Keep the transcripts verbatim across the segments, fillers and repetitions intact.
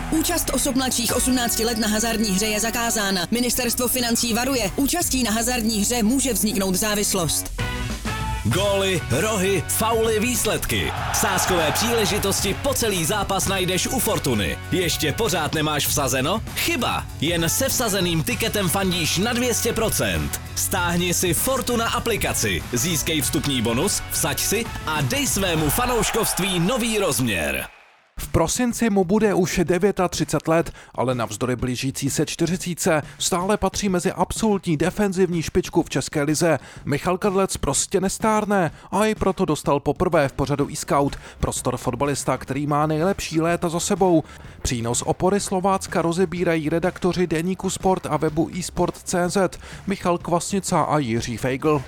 Účast osob mladších osmnácti let na hazardní hře je zakázána. Ministerstvo financí varuje, účastí na hazardní hře může vzniknout závislost. Góly, rohy, fauly, výsledky. Sázkové příležitosti po celý zápas najdeš u Fortuny. Ještě pořád nemáš vsazeno? Chyba! Jen se vsazeným tiketem fandíš na dvě stě procent. Stáhni si Fortuna aplikaci, získej vstupní bonus, vsaď si a dej svému fanouškovství nový rozměr. V prosinci mu bude už třicet devět let, ale navzdory blížící se čtyřicítce stále patří mezi absolutní defenzivní špičku v české lize. Michal Kadlec prostě nestárne a i proto dostal poprvé v pořadu eScout prostor fotbalista, který má nejlepší léta za sebou. Přínos opory Slovácka rozebírají redaktoři deníku Sport a webu eSport tečka cé zet Michal Kvasnica a Jiří Fejgl.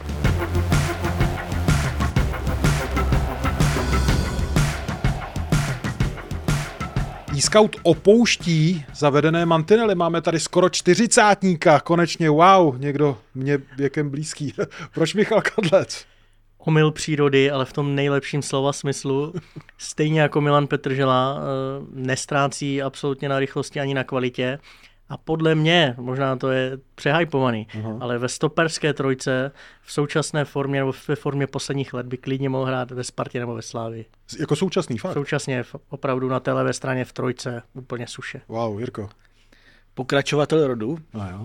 eScout opouští zavedené mantinely. Máme tady skoro čtyřicátníka, konečně, wow, někdo mě věkem blízký. Proč Michal Kadlec? Omyl přírody, ale v tom nejlepším slova smyslu. Stejně jako Milan Petržela nestrácí absolutně na rychlosti ani na kvalitě. A podle mě, možná to je přehypovaný, uh-huh. ale ve stoperské trojce v současné formě nebo ve formě posledních let by klidně mohl hrát ve Spartě nebo ve Slávii. Jako současný fakt? Současně opravdu na té levé straně v trojce úplně suše. Wow, Jirko. Pokračovatel rodu. No jo.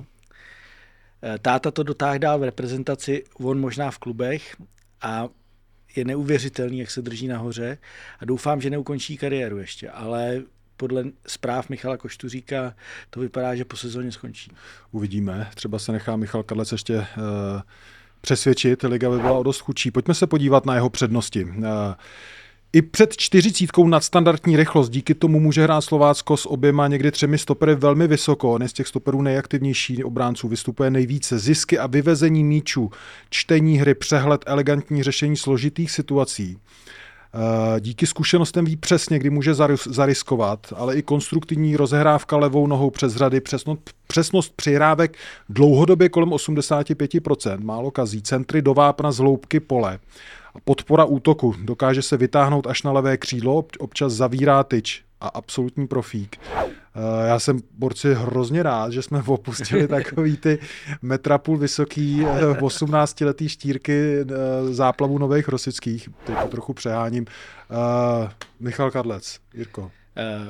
Táta to dotáhl dál v reprezentaci, on možná v klubech a je neuvěřitelný, jak se drží nahoře a doufám, že neukončí kariéru ještě, ale podle zpráv Michala Koštuříka to vypadá, že po sezóně skončí. Uvidíme. Třeba se nechá Michal Kadlec ještě uh, přesvědčit. Liga by byla o dost chudší. Pojďme se podívat na jeho přednosti. Uh, I před čtyřicítkou nadstandardní rychlost. Díky tomu může hrát Slovácko s oběma někdy třemi stopery velmi vysoko. On je z těch stoperů nejaktivnější obránců. Vystupuje nejvíce. Zisky a vyvezení míčů, čtení hry, přehled, elegantní řešení složitých situací. Díky zkušenostem ví přesně, kdy může zariskovat, ale i konstruktivní rozehrávka levou nohou přes řady, přesnost, přesnost přihrávek dlouhodobě kolem osmdesát pět procent, málo kazí, centry do vápna z hloubky pole. A podpora útoku, dokáže se vytáhnout až na levé křídlo, občas zavírá tyč a absolutní profík. Já jsem, borci, hrozně rád, že jsme opustili takový ty metra půl vysoký osmnáctiletý štírky záplavu Nových Rosických. Teď to trochu přeháním. Uh, Michal Kadlec, Jirko. Uh,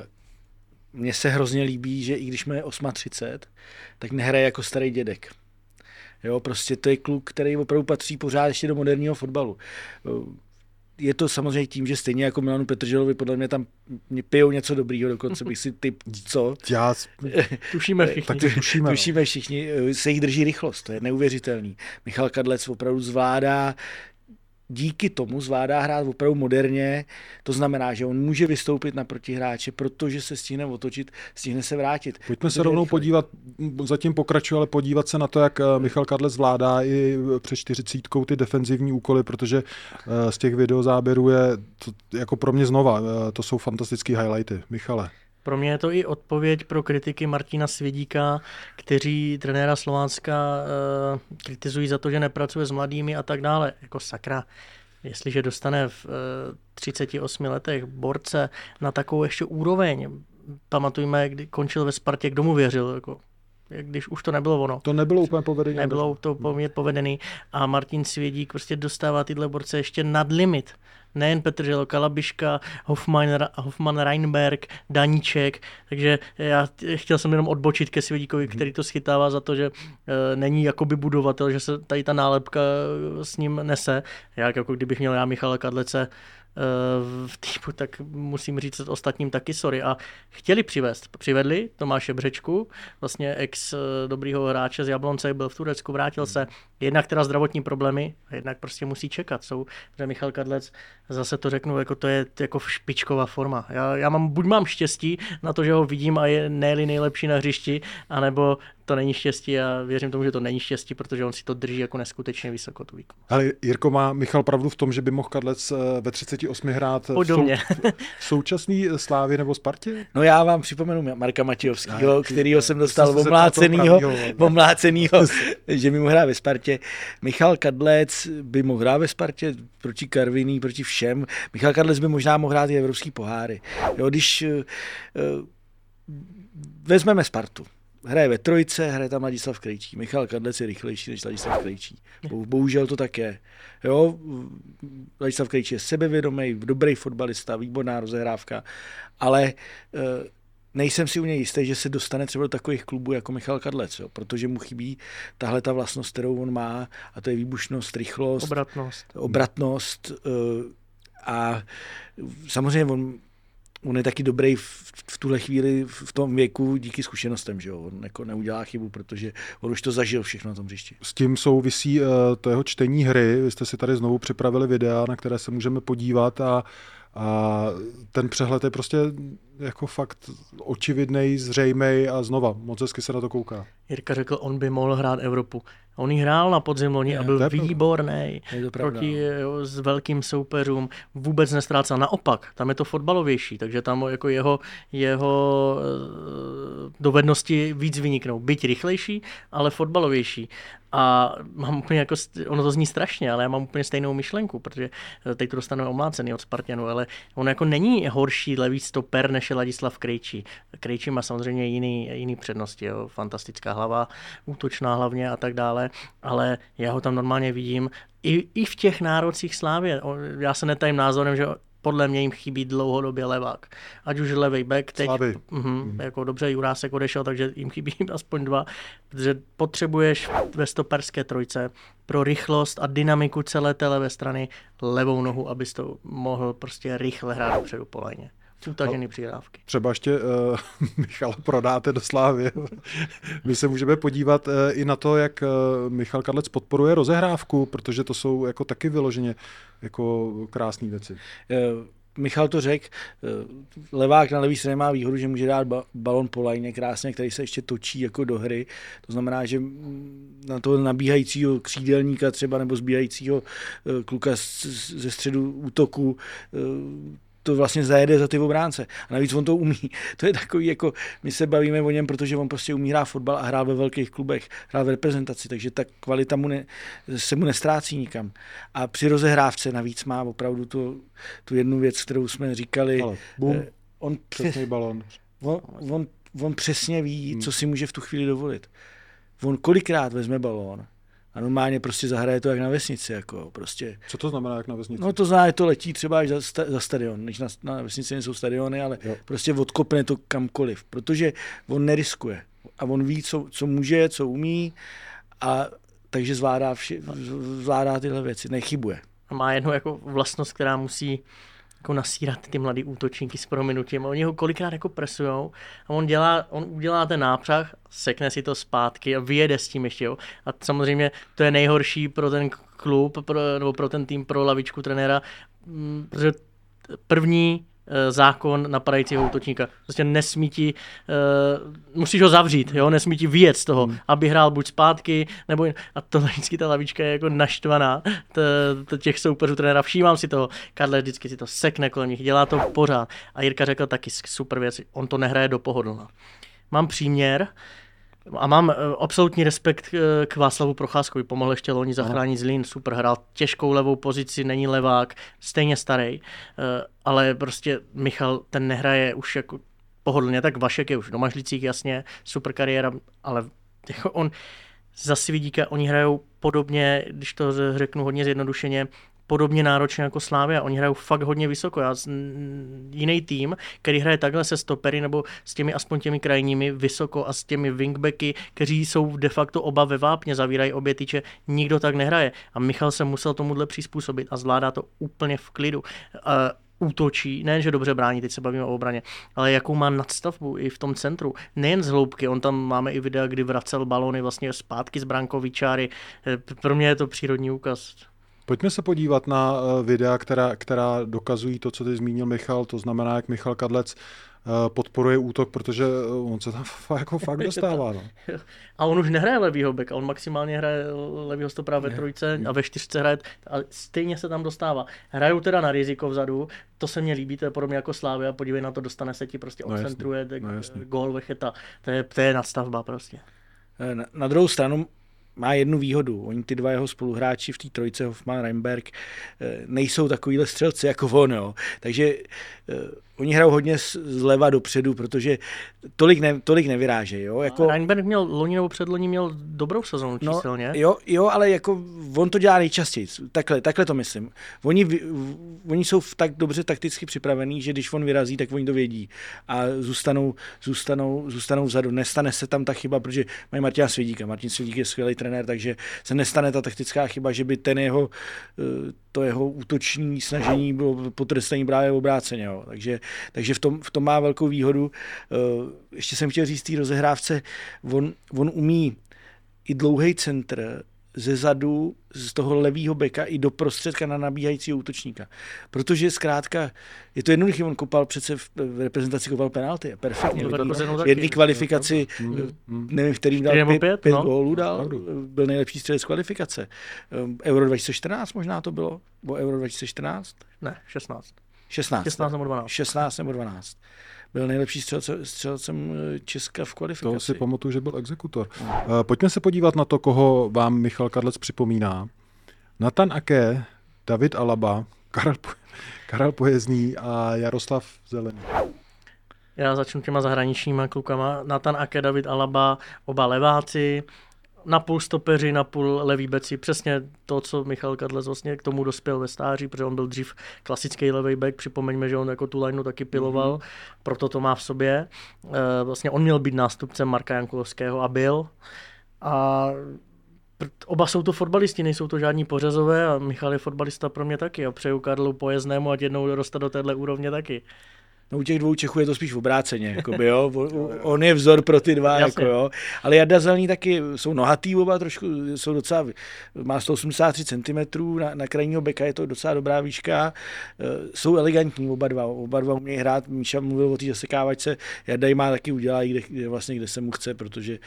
mně se hrozně líbí, že i když má třicet osm, tak nehraje jako starý dědek. Jo, prostě to je kluk, který opravdu patří pořád ještě do moderního fotbalu. Je to samozřejmě tím, že stejně jako Milanu Petrželovi, podle mě tam pijou něco dobrýho, dokonce bych si typ, co? Já, tušíme všichni. Tak tušíme, tušíme všichni, se jich drží rychlost, to je neuvěřitelný. Michal Kadlec opravdu zvládá, díky tomu zvládá hrát opravdu moderně, to znamená, že on může vystoupit na protihráče, protože se stihne otočit, stihne se vrátit. Pojďme se rovnou podívat, zatím pokračuje, ale podívat se na to, jak Michal Kadlec zvládá i před čtyřicítkou ty defenzivní úkoly, protože z těch videozáběrů je to, jako pro mě znova, to jsou fantastický highlighty. Michale. Pro mě je to i odpověď pro kritiky Martina Svědíka, kteří trenéra Slovácka uh, kritizují za to, že nepracuje s mladými a tak dále. Jako sakra, jestliže dostane v uh, třiceti osmi letech borce na takovou ještě úroveň, pamatujme, kdy končil ve Spartě, kdo mu věřil, jako, když už to nebylo ono. To nebylo úplně povedený. Nebylo to poměrně povedený a Martin Svědík prostě dostává tyhle borce ještě nad limit. Nejen Petržel, Kalabiška, Hoffman, Hoffman, Reinberg, Daníček, takže já chtěl jsem jenom odbočit ke Svědíkovi, který to schytává za to, že e, není jakoby budovatel, že se tady ta nálepka s ním nese. Já jako kdybych měl já Michala Kadlece v týmu, tak musím říct ostatním taky sorry. A chtěli přivést, přivedli Tomáše Břečku, vlastně ex dobrýho hráče z Jablonce, byl v Turecku, vrátil se, jednak teda zdravotní problémy, a jednak prostě musí čekat. Jsou, že Michal Kadlec, zase to řeknu, jako to je jako špičková forma. Já, já mám, buď mám štěstí na to, že ho vidím a je ne-li nejlepší na hřišti, anebo to není štěstí a věřím tomu, že to není štěstí, protože on si to drží jako neskutečně vysoko tu výkon. Ale Jirko, má Michal pravdu v tom, že by mohl Kadlec ve třiceti osmi hrát v, sou, v současný Slávii nebo Spartě? No já vám připomenu Marka Matějovského, kterýho jsem dostal omlácenýho, omlácenýho že by mohl hrát ve Spartě. Michal Kadlec by mohl hrát ve Spartě proti Karviní, proti všem. Michal Kadlec by možná mohl hrát i evropský poháry. Jo, když vezmeme Spartu. Hraje ve trojce, hraje tam Ladislav Krejčí. Michal Kadlec je rychlejší než Ladislav Krejčí. Bohužel to tak je. Jo? Ladislav Krejčí je sebevědomý, dobrý fotbalista, výborná rozehrávka, ale nejsem si u něj jistý, že se dostane třeba do takových klubů jako Michal Kadlec, jo? Protože mu chybí tahle ta vlastnost, kterou on má, a to je výbušnost, rychlost, obratnost, obratnost a samozřejmě on On je taky dobrý v, v tuhle chvíli, v tom věku, díky zkušenostem, že jo. On jako neudělá chybu, protože on už to zažil všechno na tom hřišti. S tím souvisí uh, to jeho čtení hry. Vy jste si tady znovu připravili videa, na které se můžeme podívat a, a ten přehled je prostě jako fakt očividnej, zřejmej a znova, moc hezky se na to kouká. Jirka řekl, on by mohl hrát Evropu. On ji hrál na podzim loni a byl výborný proti jo, s velkým soupeřům, vůbec nestrácel. Naopak, tam je to fotbalovější, takže tam jako jeho, jeho dovednosti víc vyniknou. Byť rychlejší, ale fotbalovější. A mám úplně jako, ono to zní strašně, ale já mám úplně stejnou myšlenku, protože teď to dostaneme omlácený od Spartanu, ale on jako není horší levý stoper, než je Ladislav Krejčí. Krejčí má samozřejmě jiný, jiný přednosti, jo. Fantastická hlava, útočná hlavně a tak dále, ale já ho tam normálně vidím i, i v těch nárocích Slávě. Já se netajím názorem, že podle mě jim chybí dlouhodobě levák. Ať už levej back, teď uh, mm. jako dobře Jurásek odešel, takže jim chybí aspoň dva, protože potřebuješ ve stoperské trojce pro rychlost a dynamiku celé té levé strany levou nohu, abys to mohl prostě rychle hrát dopředu po lajně. Utažený přihrávky. Třeba ještě uh, Michal prodáte do Slávy. My se můžeme podívat uh, i na to, jak uh, Michal Kadlec podporuje rozehrávku, protože to jsou jako taky vyloženě jako krásné věci. Uh, Michal to řekl, uh, levák na levý straně má výhodu, že může dát ba- balon po lajně krásně, který se ještě točí jako do hry. To znamená, že na toho nabíhajícího křídelníka třeba nebo zbíhajícího uh, kluka z, z, ze středu útoku uh, to vlastně zajede za ty obránce. A navíc on to umí. To je takový, jako my se bavíme o něm, protože on prostě umí hrát fotbal a hrál ve velkých klubech, hrál v reprezentaci, takže ta kvalita mu ne, se mu nestrácí nikam. A při rozehrávce navíc má opravdu tu, tu jednu věc, kterou jsme říkali. Ale bum, on, přesný balon. On, on, on přesně ví, hmm. co si může v tu chvíli dovolit. On kolikrát vezme balón a normálně prostě zahraje to jak na vesnici. Jako prostě. Co to znamená jak na vesnici? No to znamená, že to letí třeba až za, sta, za stadion. Než na, na vesnici nejsou stadiony, ale jo. Prostě odkopne to kamkoliv. Protože on neriskuje. A on ví, co, co může, co umí. A takže zvládá, vši, zvládá tyhle věci. Nechybuje. A má jednu jako vlastnost, která musí jako nasírat ty mladý útočníky s prominutím. Oni ho kolikrát jako presujou a on, dělá, on udělá ten nápřah, sekne si to zpátky a vyjede s tím ještě. Jo. A samozřejmě to je nejhorší pro ten klub pro, nebo pro ten tým, pro lavičku trenéra, protože první zákon napadajícího útočníka. Prostě nesmí ti, uh, musíš ho zavřít, jo? Nesmí ti vyjet z toho, hmm. aby hrál buď zpátky, nebo a to vždycky ta lavička je jako naštvaná t, t, těch soupeřů trenéra. Všímám si toho, Kadlec vždycky si to sekne kolem nich, dělá to pořád. A Jirka řekl taky super věc, on to nehraje do pohodlna. Mám příměr a mám absolutní respekt k Václavu Procházkovi. Pomohl ještě loni zachránit Zlín, super, hrál těžkou levou pozici, není levák, stejně starý, ale prostě Michal ten nehraje už jako pohodlně, tak Vašek je už v Domažlicích, jasně, super kariéra, ale jako on za Svidíka, oni hrajou podobně, když to řeknu hodně zjednodušeně, podobně náročně jako Slavia. Oni hrajou fakt hodně vysoko. Já, jiný tým, který hraje takhle se stopery nebo s těmi aspoň těmi krajními vysoko a s těmi wingbacky, kteří jsou de facto oba ve vápně, zavírají obě tyče, nikdo tak nehraje. A Michal se musel tomuhle přizpůsobit a zvládá to úplně v klidu. Uh, útočí, nejen, že dobře brání, teď se bavíme o obraně, ale jakou má nadstavbu i v tom centru. Nejen z hloubky, on tam máme i videa, kdy vracel balony vlastně zpátky z brankový čáry. Pro mě je to přírodní úkaz. Pojďme se podívat na videa, která, která dokazují to, co ty zmínil Michal, to znamená, jak Michal Kadlec podporuje útok, protože on se tam jako fakt dostává. No. A on už nehraje levýho beka, on maximálně hraje levýho stopera ve trojce a ve čtyřce hraje, a stejně se tam dostává. Hrajou teda na riziko vzadu, to se mně líbí, to je podobně jako Slavia, podívej na to, dostane se ti prostě odcentruje, no no gól Vecheta, to je, to je nadstavba prostě. Na, na druhou stranu má jednu výhodu. Oni ty dva jeho spoluhráči v té trojce, Hofman, Reinberg, nejsou takovýhle střelci jako on. Jo. Takže oni hrajou hodně zleva dopředu, protože tolik, ne, tolik nevyrážejí. Jo? Jako, Reinberg měl loni nebo předloni měl dobrou sezonu číselně. No, jo, jo, ale jako on to dělá nejčastěji. Takhle, takhle to myslím. Oni, oni jsou tak dobře takticky připravení, že když on vyrazí, tak oni to vědí. A zůstanou, zůstanou, zůstanou vzadu. Nestane se tam ta chyba, protože mají Martina Svědíka. Martin Svědík je skvělý trenér, takže se nestane ta taktická chyba, že by ten jeho, to jeho útoční snažení bylo potrestaný právě obráceně. Jo. Takže, takže v, tom, v tom má velkou výhodu. Ještě jsem chtěl říct té rozehrávce, on, on umí i dlouhý centr ze zadu, z toho levýho beka i do prostředka na nabíhajícího útočníka. Protože zkrátka, je to jednoduchý, on kopal přece v reprezentaci kopal penalty. Perfektně. V jedné kvalifikaci, nevím, v kterým dal pět, pět, pět no. gólů dal, byl nejlepší střelec kvalifikace. Euro dva tisíce čtrnáct možná to bylo? Bo Euro dva tisíce čtrnáct? Ne, šestnáct. šestnáct. šestnáct nebo dvanáct. šestnáct nebo dvanáct. Byl nejlepší střelce, střelcem Česka v kvalifikaci. To si pamatuju, že byl exekutor. Uh, pojďme se podívat na to, koho vám Michal Kadlec připomíná. Nathan Ake, David Alaba, Karel, Karel Pojezdný a Jaroslav Zelený. Já začnu těma zahraničníma klukama. Nathan Ake, David Alaba, oba leváci, na půl stopeři, na půl levý beci. Přesně to, co Michal Kadlec vlastně k tomu dospěl ve stáří, protože on byl dřív klasický levý back. Připomeňme, že on jako tu lineu taky piloval, mm-hmm. proto to má v sobě. E, vlastně on měl být nástupcem Marka Jankulovského a byl. A oba jsou to fotbalisti, nejsou to žádní pořezové a Michal je fotbalista pro mě taky. A přeju Karlu Pojezdnému, ať jednou dostat do téhle úrovně taky. No u těch dvou Čechů je to spíš v obráceně, jakoby, jo. On je vzor pro ty dva, jako, jo. Ale Jarda Zelený taky jsou nohatý oba, trošku jsou docela, má sto osmdesát tři centimetrů, na, na krajního beka je to docela dobrá výška, jsou elegantní oba dva, oba dva umějí hrát, Míša mluvil o té zasekávačce, Jarda ji má taky udělá, kde, kde, vlastně, kde se mu chce, protože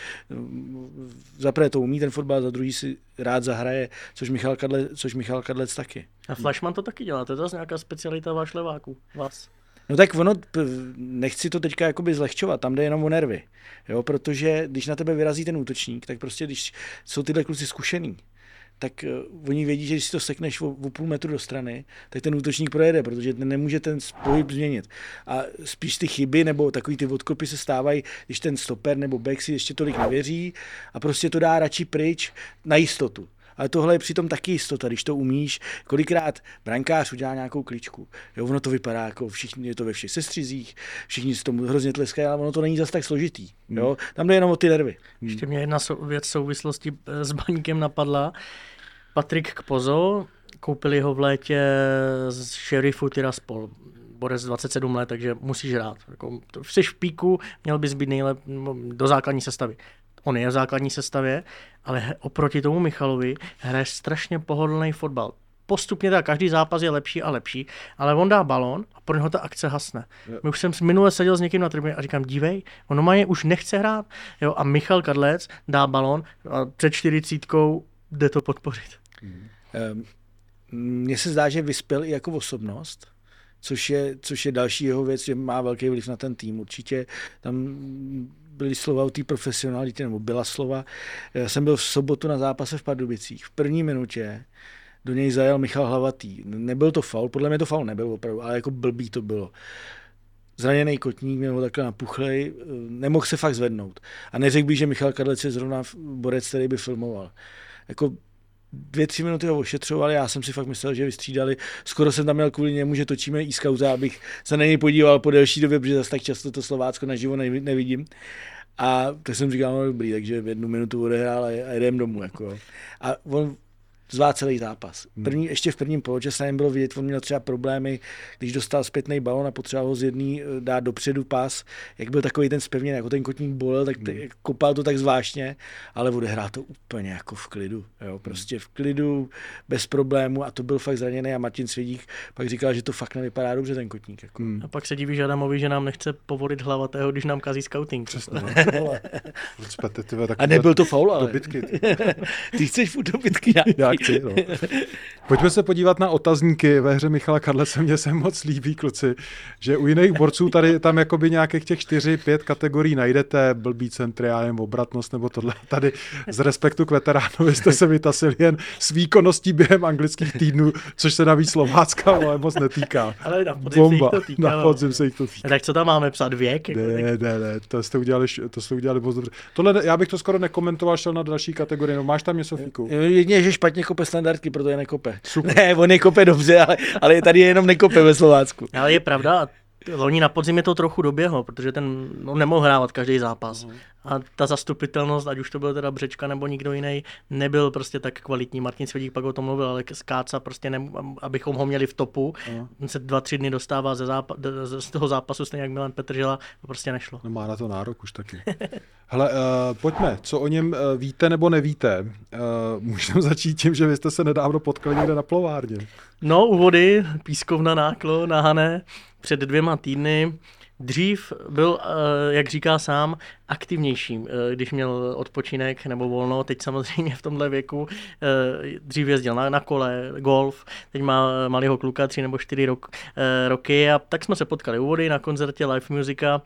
za prvé to umí ten fotbal, za druhý si rád zahraje, což Michal Kadlec, což Michal Kadlec taky. A Flashman to taky dělá, to je zase nějaká specialita váš leváků, vás. No tak ono, nechci to teďka jakoby zlehčovat, tam jde jenom o nervy, jo, protože když na tebe vyrazí ten útočník, tak prostě když jsou tyhle kluci zkušený, tak uh, oni vědí, že když si to sekneš o, o půl metru do strany, tak ten útočník projede, protože ten nemůže ten pohyb změnit. A spíš ty chyby nebo takový ty odkopy se stávají, když ten stoper nebo back si ještě tolik nevěří a prostě to dá radši pryč na jistotu. Ale tohle je přitom taky jistota, když to umíš. Kolikrát brankář udělá nějakou kličku. Jo, ono to vypadá jako všichni, je to ve všech sestřizích, všichni si tomu hrozně tleskají, ale ono to není zas tak složitý. Jo? Tam jde jenom o ty nervy. Ještě mě jedna věc v souvislosti s Baníkem napadla. Patrik Kpozo, koupili ho v létě z Šerifu Tiraspol. Borec dvacet sedm let, takže musíš hrát. Jako, jsi v píku, měl bys být nejlep do základní sestavy. On je v základní sestavě, ale oproti tomu Michalovi hraje strašně pohodlný fotbal. Postupně tak každý zápas je lepší a lepší, ale on dá balón a pro něho ta akce hasne. My už jsem minule seděl s někým na tribuně a říkám, dívej, on má je už nechce hrát. Jo, a Michal Kadlec dá balón a před čtyřicítkou jde to podpořit. Mně se zdá, že vyspěl i jako osobnost, což je, což je další jeho věc, že má velký vliv na ten tým. Určitě tam byly slova o té profesionalitě, nebo byla slova. Já jsem byl v sobotu na zápase v Pardubicích. V první minutě do něj zajel Michal Hlavatý. Nebyl to faul, podle mě to faul nebyl opravdu, ale jako blbý to bylo. Zraněný kotník, měl ho takhle napuchlej, nemohl se fakt zvednout. A neřekl bych, že Michal Kadlec je zrovna borec, který by filmoval. Jako dvě, tři minuty ho ošetřovali, já jsem si fakt myslel, že vystřídali. Skoro jsem tam měl kvůli němu, že točíme e-scouta, abych se na něj podíval po delší době, protože zase tak často to Slovácko naživo nevidím. A tak jsem říkal, no dobrý, takže v jednu minutu odehrál a jedem domů. Jako. A on zvládl celý zápas. První, ještě v prvním poločase nebylo vidět, on měl třeba problémy, když dostal zpětný balon a potřeboval ho z jedný dát dopředu pas, jak byl takový ten zpevněný, jako ten kotník bolel, tak te, kopal to tak zvláštně, ale odehrál to úplně jako v klidu. Jo, prostě v klidu, bez problému a to byl fakt zraněný a Martin Svědík pak říkal, že to fakt nevypadá dobře ten kotník. Jako. Hmm. A pak se divíš Adamovi, že nám nechce povolit Hlavatého, když nám kazí scouting. Přesně. A nebyl to faul, ale. Dobytky. Ty chceš furt dobytky. Já reakci. No. Pojďme se podívat na otazníky ve hře Michala Kadlece. Mně se moc líbí, kluci, že u jiných borců tady tam jakoby nějakých těch čtyři, pět kategorií najdete, blbý centry, já nevím, obratnost nebo tohle. Tady z respektu k veteránovi jste se vytasili jen s výkonností během anglických týdnů, což se navíc Slovácka ale moc netýká. Ale na podzim se jich to týká. Na podzim se jich to týká. Tak co tam máme psát, věk? Jako ne, ne, ne, to jste udělali, to jste udělali moc dobře. Tohle, já bych to skoro nekomentoval, šel na další kategorii. No, máš tam něco, Fíku? Jedině, že špatně kope standardky, proto je nekope. Super. Ne, on je kope dobře, ale, ale tady je jenom nekope ve Slovácku. Ale je pravda, loni na podzim je to trochu doběhlo, protože ten no, nemohl hrávat každý zápas. Mm. A ta zastupitelnost, ať už to byl teda Břečka nebo nikdo jiný, nebyl prostě tak kvalitní. Martin Svědík pak o tom mluvil, ale Skáca prostě, ne, abychom ho měli v topu, mm. on se dva, tři dny dostává ze zápa- z toho zápasu, stejně jak Milan Petržela, to prostě nešlo. No má na to nárok už taky. Hele, uh, pojďme, co o něm uh, víte nebo nevíte? Uh, můžeme začít tím, že vy jste se nedávno potkali někde na plovárně. No, u vody, pískovna Náklo na Hané, před dvěma týdny. Dřív byl, jak říká sám, aktivnější, když měl odpočinek nebo volno. Teď samozřejmě v tomhle věku dřív jezdil na, na kole, golf, teď má malého kluka, tři nebo čtyři rok, roky a tak jsme se potkali u vody na koncertě live musika.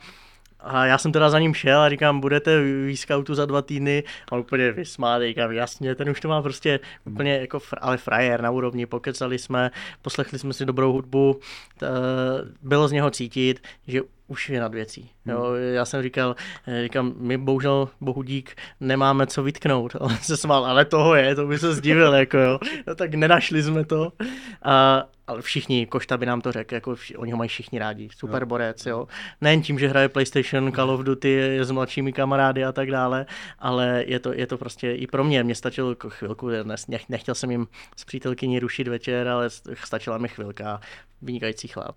A já jsem teda za ním šel a říkám, budete v scoutu za dva týdny a úplně vysmátej, říkám, jasně, ten už to má prostě úplně jako, ale frajer na úrovni, pokecali jsme, poslechli jsme si dobrou hudbu, t, bylo z něho cítit, že už je nad věcí. Jo, já jsem říkal, říkám, my bohužel, bohu dík, nemáme co vytknout. On se smál, ale toho je, to by se zdivil, jako jo. No, tak nenašli jsme to. A, ale všichni, Košta by nám to řekl, jako vši, oni ho mají všichni rádi, super jo. borec, jo. Nejen tím, že hraje PlayStation, Call of Duty, je s mladšími kamarády a tak dále, ale je to, je to prostě i pro mě, mě stačilo chvilku, nech, nechtěl jsem jim s přítelkyní rušit večer, ale stačila mi chvilka, vynikající chlap.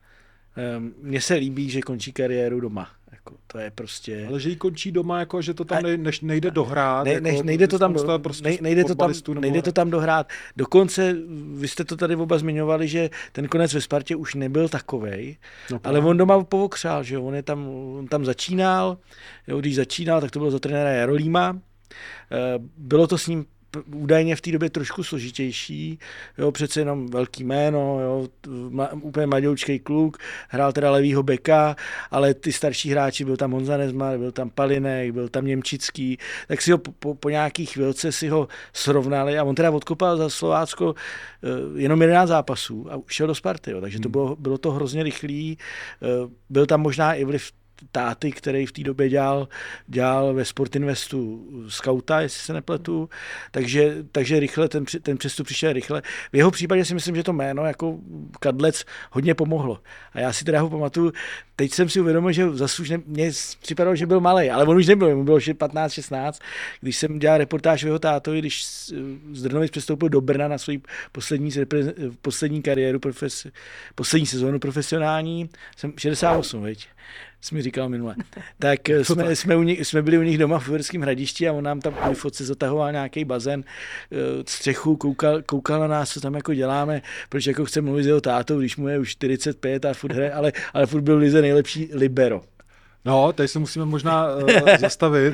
Mně se líbí, že končí kariéru doma. Jako, to je prostě... Ale že jí končí doma, jako, že to tam ne, nejde dohrát. Ne, ne, jako, nejde to tam, do, prostě ne, nejde to tam, nejde to tam dohrát. Dokonce, vy jste to tady oba zmiňovali, že ten konec ve Spartě už nebyl takovej, no, ale on doma povokřál, že on, je tam, on tam začínal, jo, když začínal, tak to bylo za trenéra Jarolíma. Bylo to s ním údajně v té době trošku složitější, jo, přece jenom velký jméno, jo, ma, úplně mladoučkej kluk, hrál teda levýho beka, ale ty starší hráči, byl tam Honza Nezmar, byl tam Palinek, byl tam Němčický, tak si ho po, po, po nějaký chvilce si ho srovnali a on teda odkopal za Slovácko uh, jenom jedenáct zápasů a šel do Sparty, jo, takže to bylo, bylo to hrozně rychlý, uh, byl tam možná i vliv táty, který v té době dělal, dělal ve Sportinvestu skauta, jestli se nepletu, takže, takže rychle, ten, ten přestup přišel rychle. V jeho případě si myslím, že to jméno jako Kadlec hodně pomohlo. A já si teda ho pamatuju, teď jsem si uvědomil, že zaslužně, mně připadalo, že byl malej, ale on už nebyl, mu bylo patnáct šestnáct, když jsem dělal reportáž o jeho tátovi, když z Drnovic přestoupil do Brna na svou poslední, poslední kariéru, profes, poslední sezónu profesionální, jsem šedesát osm, veď. Jsi mi říkal minule. Tak jsme, jsme, u nich, jsme byli u nich doma v Uherském Hradišti a on nám tam kvůli fotce zatahoval nějaký bazén, střechu, koukal, koukal na nás, co tam jako děláme, proč jako chce mluvit s jeho tátou, když mu je už čtyřicet pět a furt hraje, ale, ale furt byl v lize nejlepší libero. No, tady se musíme možná uh, zastavit.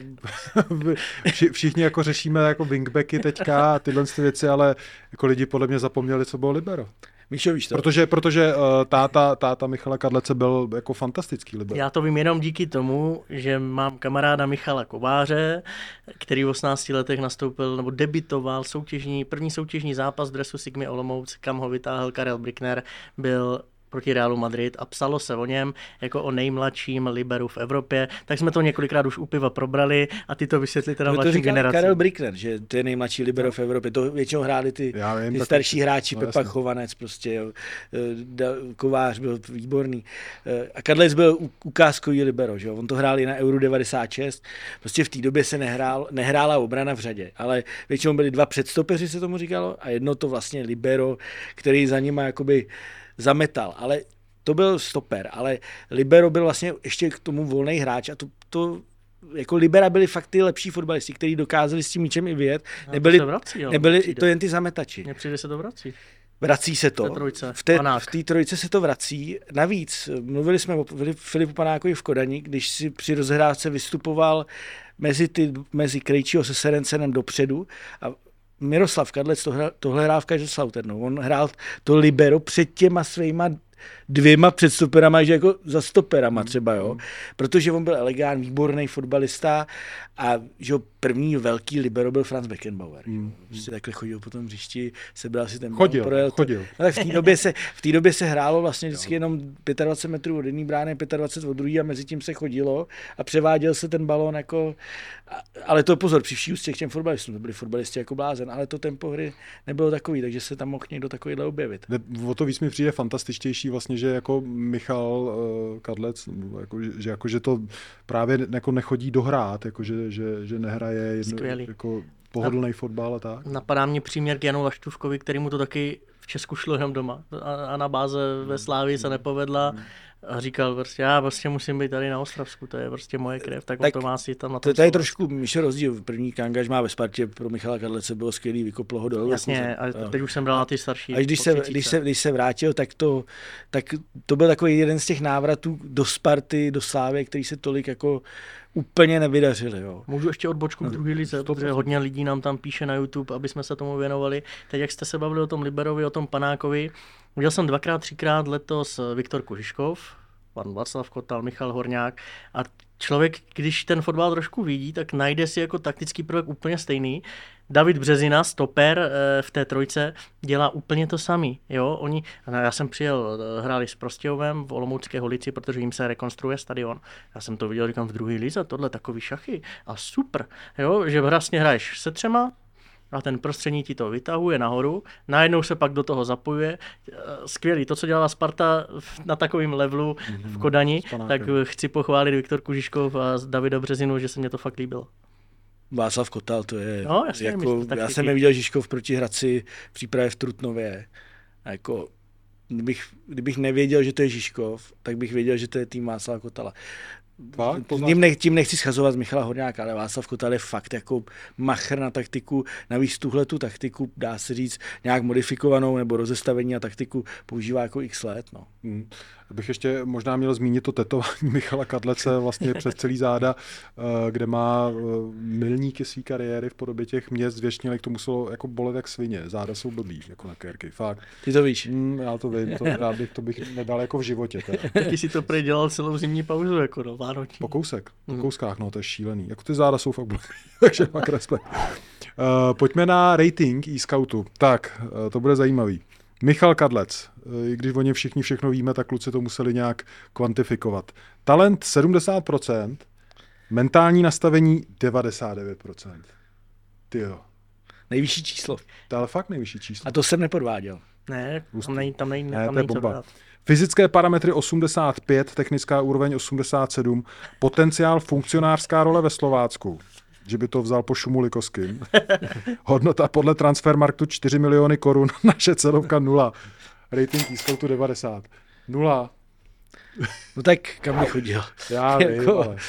Uh, vši, všichni jako řešíme jako wingbacky teďka a tyhle věci, ale jako lidi podle mě zapomněli, co bylo libero. Míšo, víš to? Protože, protože uh, táta, táta Michala Kadlece byl jako fantastický libero. Já to vím jenom díky tomu, že mám kamaráda Michala Kováře, který v osmnácti letech nastoupil nebo debitoval soutěžní, první soutěžní zápas dresu Sigmy Olomouc, kam ho vytáhl Karel Brickner, byl proti Realu Madrid a psalo se o něm jako o nejmladším liberu v Evropě, tak jsme to několikrát už u piva probrali a ty to vysvětli teda mladším generacím. Karel Brickner, že to je nejmladší libero v Evropě, to většinou hráli ty, vím, ty starší hráči, no, Pepa Chovanec prostě, jo. Kovář byl výborný. A Kadlec byl ukázkový libero, že jo. On to hrál i na Euro devadesát šest, prostě v té době se nehrál, nehrála obrana v řadě, ale většinou byli dva předstopeři, se tomu říkalo, a jedno to vlastně libero, který za nima jakoby zametal, ale to byl stoper, ale libero byl vlastně ještě k tomu volný hráč a to, to jako libera byli fakt ty lepší fotbalisti, kteří dokázali s tím míčem i vyjet, no, nebyli, to, vrací, jo, nebyli to jen ty zametači. Mně přijde, se to vrací. Vrací se to. V té, v té trojce se to vrací. Navíc, mluvili jsme o Filipu Panákovi v Kodani, když si při rozhrávce vystupoval mezi, ty, mezi Krejčího se Serencenem dopředu a Miroslav Kadlec to hra, tohle hrál v Kaiserslauternu. On hrál to libero před těma svýma dvěma předstoperama, že jako za stoperama třeba, jo. Protože on byl elegant, výborný fotbalista a že první velký libero byl Franz Beckenbauer. Mm. Prostě takhle chodil po tom hřišti, sebral si ten chodil, projel, chodil. No, tak v té době se, v té době se hrálo vlastně vždycky jenom dvacet pět metrů od jedné brány, dvacet pět od druhé a mezi tím se chodilo a převáděl se ten balón jako, ale to pozor, při vší úctě k těm fotbalistům, to byli fotbalisti jako blázen, ale to tempo hry nebylo takový, takže se tam mohl někdo takovýhle objevit. O to víc mi přijde fantastičtější vlastně, že jako Michal uh, Kadlec, jako, že, jako, že to právě jako nechodí dohrát, jako, že, že, že nehraje jedno, jako pohodlný fotbal a tak. Napadá mě příměr k Janu Laštůvkovi, který mu to taky v Česku šlo jenom doma. A, a na báze ve Slávii se nepovedla. A říkal prostě, já prostě musím být tady na Ostravsku, to je prostě moje krev, tak, tak on to má si tam na tom. To je trošku Míšo rozdíl. První angažmá ve Spartě pro Michala Kadlece bylo skvělý, vykoplo ho dolů. Jasně, a teď už jsem bral na ty starší. A když se, když, se, když se vrátil, tak to, tak to byl takový jeden z těch návratů do Sparty, do Slávy, který se tolik jako úplně nevydařili. Jo. Můžu ještě odbočku k druhé lize, protože hodně lidí nám tam píše na YouTube, aby jsme se tomu věnovali. Teď jak jste se bavili o tom Liberovi, o tom Panákovi, viděl jsem dvakrát, třikrát letos Viktor Kožiškov, pan Václav Kotal, Michal Horňák a člověk, když ten fotbal trošku vidí, tak najde si jako taktický prvek úplně stejný. David Březina, stoper v té trojce, dělá úplně to samý. Jo? Oni, já jsem přijel, hráli s Prostějovem v Olomoucké Holici, protože jim se rekonstruuje stadion. Já jsem to viděl, říkám, v druhé lize, tohle takový šachy. A super, jo? Že vlastně hraješ se třema, a ten prostřední ti to vytahuje nahoru, najednou se pak do toho zapojuje. Skvělý, to, co dělala Sparta na takovém levelu v Kodani, tak chci pochválit Viktor Kužiškov a Davida Březinu, že se mě to fakt líbilo. Václav Kotal, to je, no, jasně, jako, já jsem neviděl Žižkov proti Hradci v přípravě v Trutnově. A jako, kdybych, kdybych nevěděl, že to je Žižkov, tak bych věděl, že to je tým Václava Kotala. Tím, ne, tím nechci schazovat z Michala Horňáka, ale Václav Kotal je fakt jako machr na taktiku. Navíc tuhle tu taktiku, dá se říct, nějak modifikovanou nebo rozestavení a taktiku používá jako x let. No. Hmm. Bych ještě možná měl zmínit to tetování Michala Kadlece vlastně přes celý záda, kde má milníky své kariéry v podobě těch měst věšnělek, to muselo jako bolet jak svině. Záda jsou blbý, jako na kérky, fakt. Ty to víš? Hmm, já to vím, to, rád bych, to bych nedal jako v životě. Ty si to predělal celou zimní pauzu, jako no, vánoční. Po kousek, po kouskách, no to je šílený. Jako ty záda jsou fakt blbý, takže fakt respekt. Uh, pojďme na rating e-scoutu. Tak, uh, to bude zajímavý. Michal Kadlec, i když o něm všichni všechno víme, tak kluci to museli nějak kvantifikovat. Talent sedmdesát procent, mentální nastavení devadesát devět procent. Tyjo. Nejvyšší číslo. To je ale fakt nejvyšší číslo. A to jsem nepodváděl. Ne, tam není, tam není, ne, tam to je není co dát. Fyzické parametry osmdesát pět, technická úroveň osmdesát sedm, potenciál funkcionářská role ve Slovácku. Že by to vzal po Šumulikovským. Hodnota podle Transfermarktu čtyři miliony korun, naše celovka nula. Rating e-scoutu devadesát. Nula. No tak kam bych chodil? Já vím, jako, ale...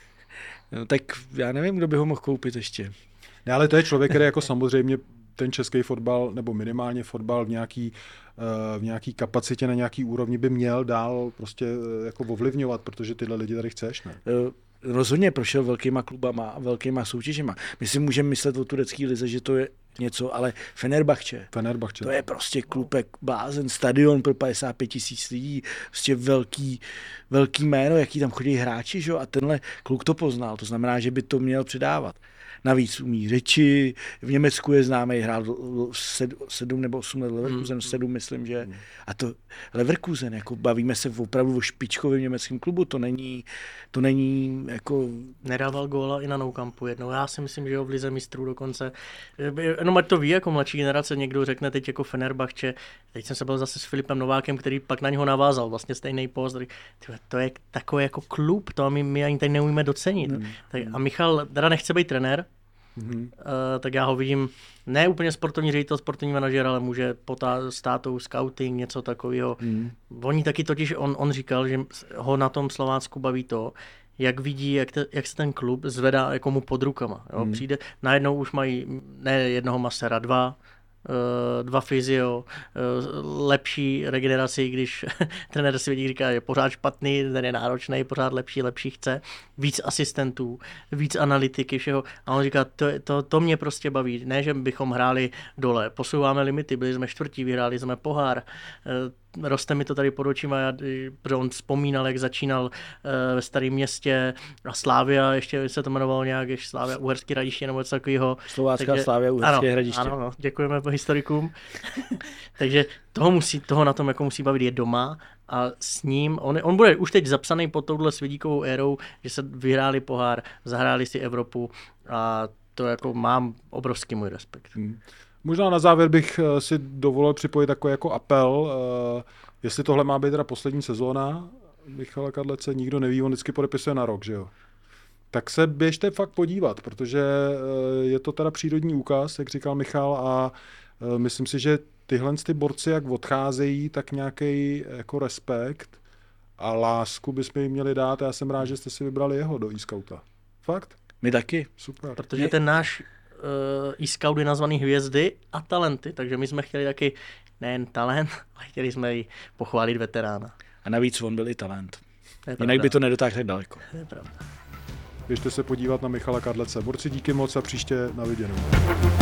No tak já nevím, kdo by ho mohl koupit ještě. Ne, ale to je člověk, který jako samozřejmě ten český fotbal, nebo minimálně fotbal v nějaký, v nějaký kapacitě, na nějaký úrovni by měl dál prostě jako ovlivňovat, protože tyhle lidi tady chceš, ne? Rozhodně prošel velkýma klubama a velkýma soutěžima. My si můžeme myslet o turecký lize, že to je něco, ale Fenerbahče, Fenerbahče. To je prostě klubek blázen, stadion pro padesát pět tisíc lidí, prostě velký, velký jméno, jaký tam chodí hráči, že? A tenhle kluk to poznal, to znamená, že by to měl předávat. Navíc umí řeči, v Německu je známý, hrál sedm nebo osm let Leverkusen, mm. sedm myslím, že. A to Leverkusen, jako bavíme se opravdu o špičkovém německém klubu, to není, to není jako... Nedával góla i na Nou Campu jednou, já si myslím, že jo, v lize mistrů dokonce. Jenom ať to ví, jako mladší generace, někdo řekne teď jako Fenerbahče, teď jsem se byl zase s Filipem Novákem, který pak na něho navázal, vlastně stejný post, to je takový jako klub, to my, my ani tady neumíme docenit. Mm. Tak, a Michal teda nechce být trenér, Mm-hmm. Uh, tak já ho vidím, ne úplně sportovní ředitel, sportovní manažer, ale může státou scouting, něco takového. Mm. Oni taky totiž, on, on říkal, že ho na tom Slovácku baví to, jak vidí, jak, te, jak se ten klub zvedá jako mu pod rukama. Jo? Mm. Přijde, najednou už mají ne jednoho masera, dva, dva fyzio, lepší regeneraci, když trenér Svědík říká, že je pořád špatný, ten je náročný, pořád lepší, lepší chce, víc asistentů, víc analytiky, všeho. A on říká, to, to, to mě prostě baví, ne, že bychom hráli dole, posouváme limity, byli jsme čtvrtí, vyhráli jsme pohár, roste mi to tady pod očima, protože on vzpomínal, jak začínal ve Starém Městě a Slavia, ještě se to jmenovalo nějak, ještě Slavia Uherské Hradiště nebo něco takového. Slovácká Slavia Uherské Hradiště. Ano, no, děkujeme historikům. Takže toho, musí, toho na tom jako musí bavit je doma a s ním, on, on bude už teď zapsaný pod touhle Svědíkovou érou, že se vyhráli pohár, zahráli si Evropu a to jako mám obrovský můj respekt. Hmm. Možná na závěr bych si dovolil připojit takový jako apel, jestli tohle má být teda poslední sezóna Michala Kadlece, nikdo neví, on vždycky podepisuje na rok, že jo. Tak se běžte fakt podívat, protože je to teda přírodní úkaz, jak říkal Michal, a myslím si, že tyhle ty borci, jak odcházejí, tak nějaký jako respekt a lásku bychom jim měli dát. Já jsem rád, že jste si vybrali jeho do e-scouta. Fakt? My taky. Super. Protože ten náš uh, e-scout je nazvaný Hvězdy a talenty, takže my jsme chtěli taky nejen talent, ale chtěli jsme i pochválit veterána. A navíc on byl i talent. Jinak by to nedotáhl tak daleko. To je pravda. Běžte se podívat na Michala Kadlece. Borci, díky moc a příště na viděnou.